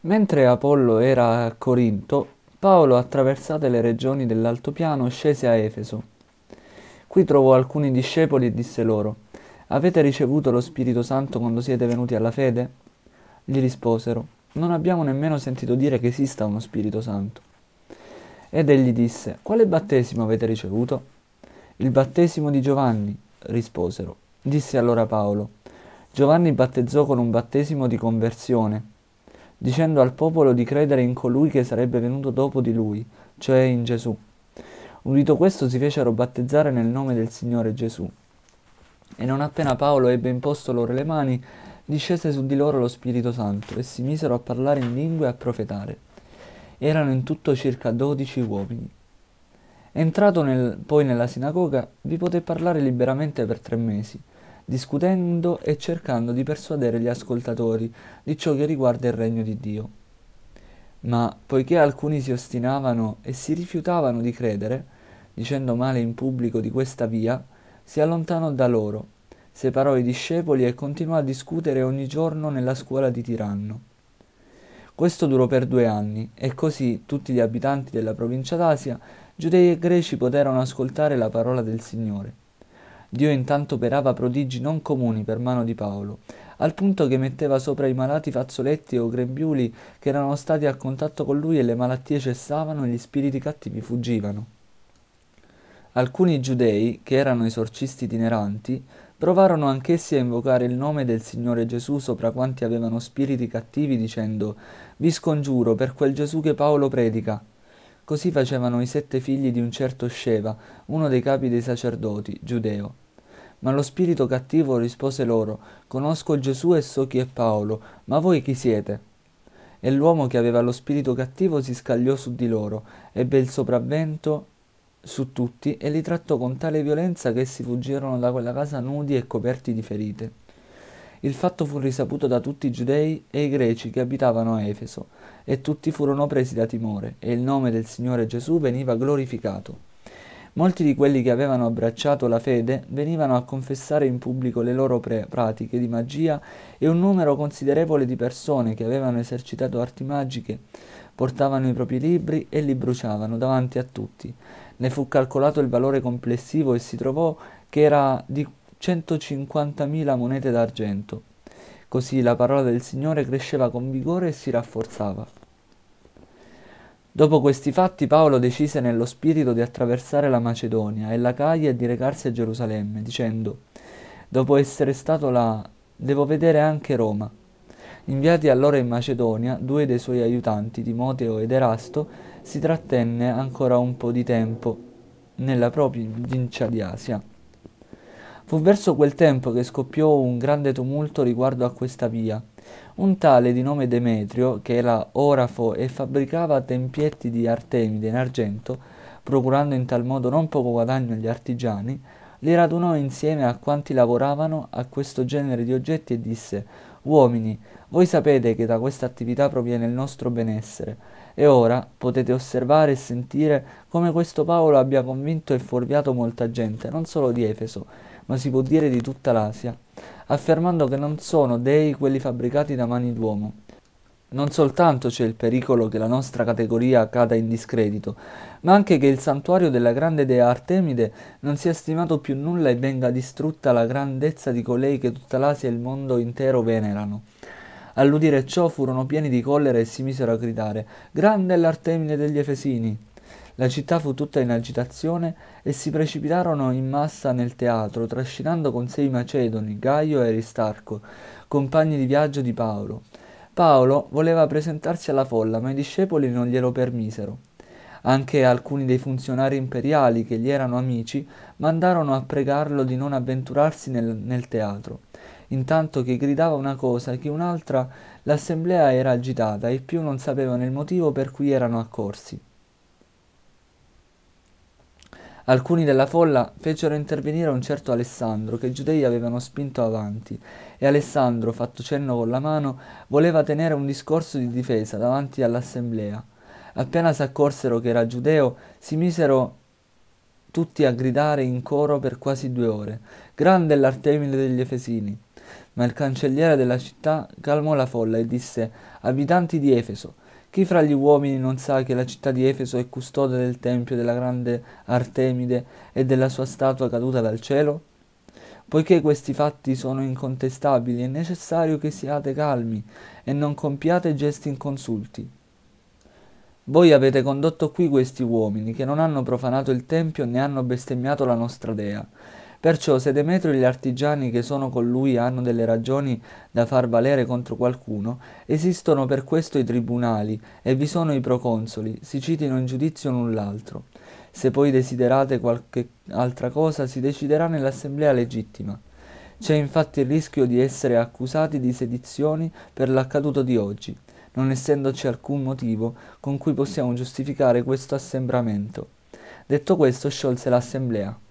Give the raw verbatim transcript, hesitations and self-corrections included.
Mentre Apollo era a Corinto, Paolo, attraversate le regioni dell'altopiano, scese a Efeso. Qui trovò alcuni discepoli e disse loro: Avete ricevuto lo Spirito Santo quando siete venuti alla fede? Gli risposero: Non abbiamo nemmeno sentito dire che esista uno Spirito Santo. Ed egli disse: Quale battesimo avete ricevuto? Il battesimo di Giovanni, risposero. Disse allora Paolo: Giovanni battezzò con un battesimo di conversione, dicendo al popolo di credere in colui che sarebbe venuto dopo di lui, cioè in Gesù. Udito questo si fecero battezzare nel nome del Signore Gesù. E non appena Paolo ebbe imposto loro le mani, discese su di loro lo Spirito Santo, e si misero a parlare in lingue e a profetare. Erano in tutto circa dodici uomini. Entrato nel- poi nella sinagoga, vi poté parlare liberamente per tre mesi, discutendo e cercando di persuadere gli ascoltatori di ciò che riguarda il regno di Dio. Ma poiché alcuni si ostinavano e si rifiutavano di credere, dicendo male in pubblico di questa via, si allontanò da loro, separò i discepoli e continuò a discutere ogni giorno nella scuola di Tiranno. Questo durò per due anni, e così tutti gli abitanti della provincia d'Asia, giudei e greci, poterono ascoltare la parola del Signore. Dio intanto operava prodigi non comuni per mano di Paolo, al punto che metteva sopra i malati fazzoletti o grembiuli che erano stati a contatto con lui, e le malattie cessavano e gli spiriti cattivi fuggivano. Alcuni giudei, che erano esorcisti itineranti, provarono anch'essi a invocare il nome del Signore Gesù sopra quanti avevano spiriti cattivi, dicendo: Vi scongiuro per quel Gesù che Paolo predica. Così facevano i sette figli di un certo Sceva, uno dei capi dei sacerdoti, giudeo. Ma lo spirito cattivo rispose loro: Conosco Gesù e so chi è Paolo, ma voi chi siete? E l'uomo che aveva lo spirito cattivo si scagliò su di loro, ebbe il sopravvento su tutti e li trattò con tale violenza che essi fuggirono da quella casa nudi e coperti di ferite. Il fatto fu risaputo da tutti i giudei e i greci che abitavano a Efeso, e tutti furono presi da timore, e il nome del Signore Gesù veniva glorificato. Molti di quelli che avevano abbracciato la fede venivano a confessare in pubblico le loro pre- pratiche di magia, e un numero considerevole di persone che avevano esercitato arti magiche portavano i propri libri e li bruciavano davanti a tutti. Ne fu calcolato il valore complessivo e si trovò che era di centocinquantamila monete d'argento. Così la parola del Signore cresceva con vigore e si rafforzava. Dopo questi fatti Paolo decise nello spirito di attraversare la Macedonia e l'Acaia e di recarsi a Gerusalemme, dicendo: Dopo essere stato là, devo vedere anche Roma. Inviati allora in Macedonia, due dei suoi aiutanti, Timoteo ed Erasto, si trattenne ancora un po' di tempo nella provincia di Asia. Fu verso quel tempo che scoppiò un grande tumulto riguardo a questa via. Un tale di nome Demetrio, che era orafo e fabbricava tempietti di Artemide in argento, procurando in tal modo non poco guadagno agli artigiani, li radunò insieme a quanti lavoravano a questo genere di oggetti e disse: Uomini, voi sapete che da questa attività proviene il nostro benessere, e ora potete osservare e sentire come questo Paolo abbia convinto e fuorviato molta gente, non solo di Efeso, ma si può dire di tutta l'Asia, affermando che non sono dei quelli fabbricati da mani d'uomo. Non soltanto c'è il pericolo che la nostra categoria cada in discredito, ma anche che il santuario della grande dea Artemide non sia stimato più nulla e venga distrutta la grandezza di colei che tutta l'Asia e il mondo intero venerano. All'udire ciò furono pieni di collera e si misero a gridare: Grande è l'Artemide degli Efesini! La città fu tutta in agitazione e si precipitarono in massa nel teatro, trascinando con sé i Macedoni, Gaio e Aristarco, compagni di viaggio di Paolo. Paolo voleva presentarsi alla folla, ma i discepoli non glielo permisero. Anche alcuni dei funzionari imperiali, che gli erano amici, mandarono a pregarlo di non avventurarsi nel, nel teatro. Intanto che gridava una cosa e che un'altra, l'assemblea era agitata e i più non sapevano il motivo per cui erano accorsi. Alcuni della folla fecero intervenire un certo Alessandro, che i giudei avevano spinto avanti, e Alessandro, fatto cenno con la mano, voleva tenere un discorso di difesa davanti all'assemblea. Appena s'accorsero che era giudeo, si misero tutti a gridare in coro per quasi due ore: Grande è l'Artemide degli Efesini! Ma il cancelliere della città calmò la folla e disse: Abitanti di Efeso, chi fra gli uomini non sa che la città di Efeso è custode del tempio della grande Artemide e della sua statua caduta dal cielo? Poiché questi fatti sono incontestabili, è necessario che siate calmi e non compiate gesti inconsulti. Voi avete condotto qui questi uomini, che non hanno profanato il tempio né hanno bestemmiato la nostra dea. Perciò se Demetrio e gli artigiani che sono con lui hanno delle ragioni da far valere contro qualcuno, esistono per questo i tribunali e vi sono i proconsoli, si citino in giudizio null'altro. Se poi desiderate qualche altra cosa, si deciderà nell'assemblea legittima. C'è infatti il rischio di essere accusati di sedizioni per l'accaduto di oggi, non essendoci alcun motivo con cui possiamo giustificare questo assembramento. Detto questo, sciolse l'assemblea.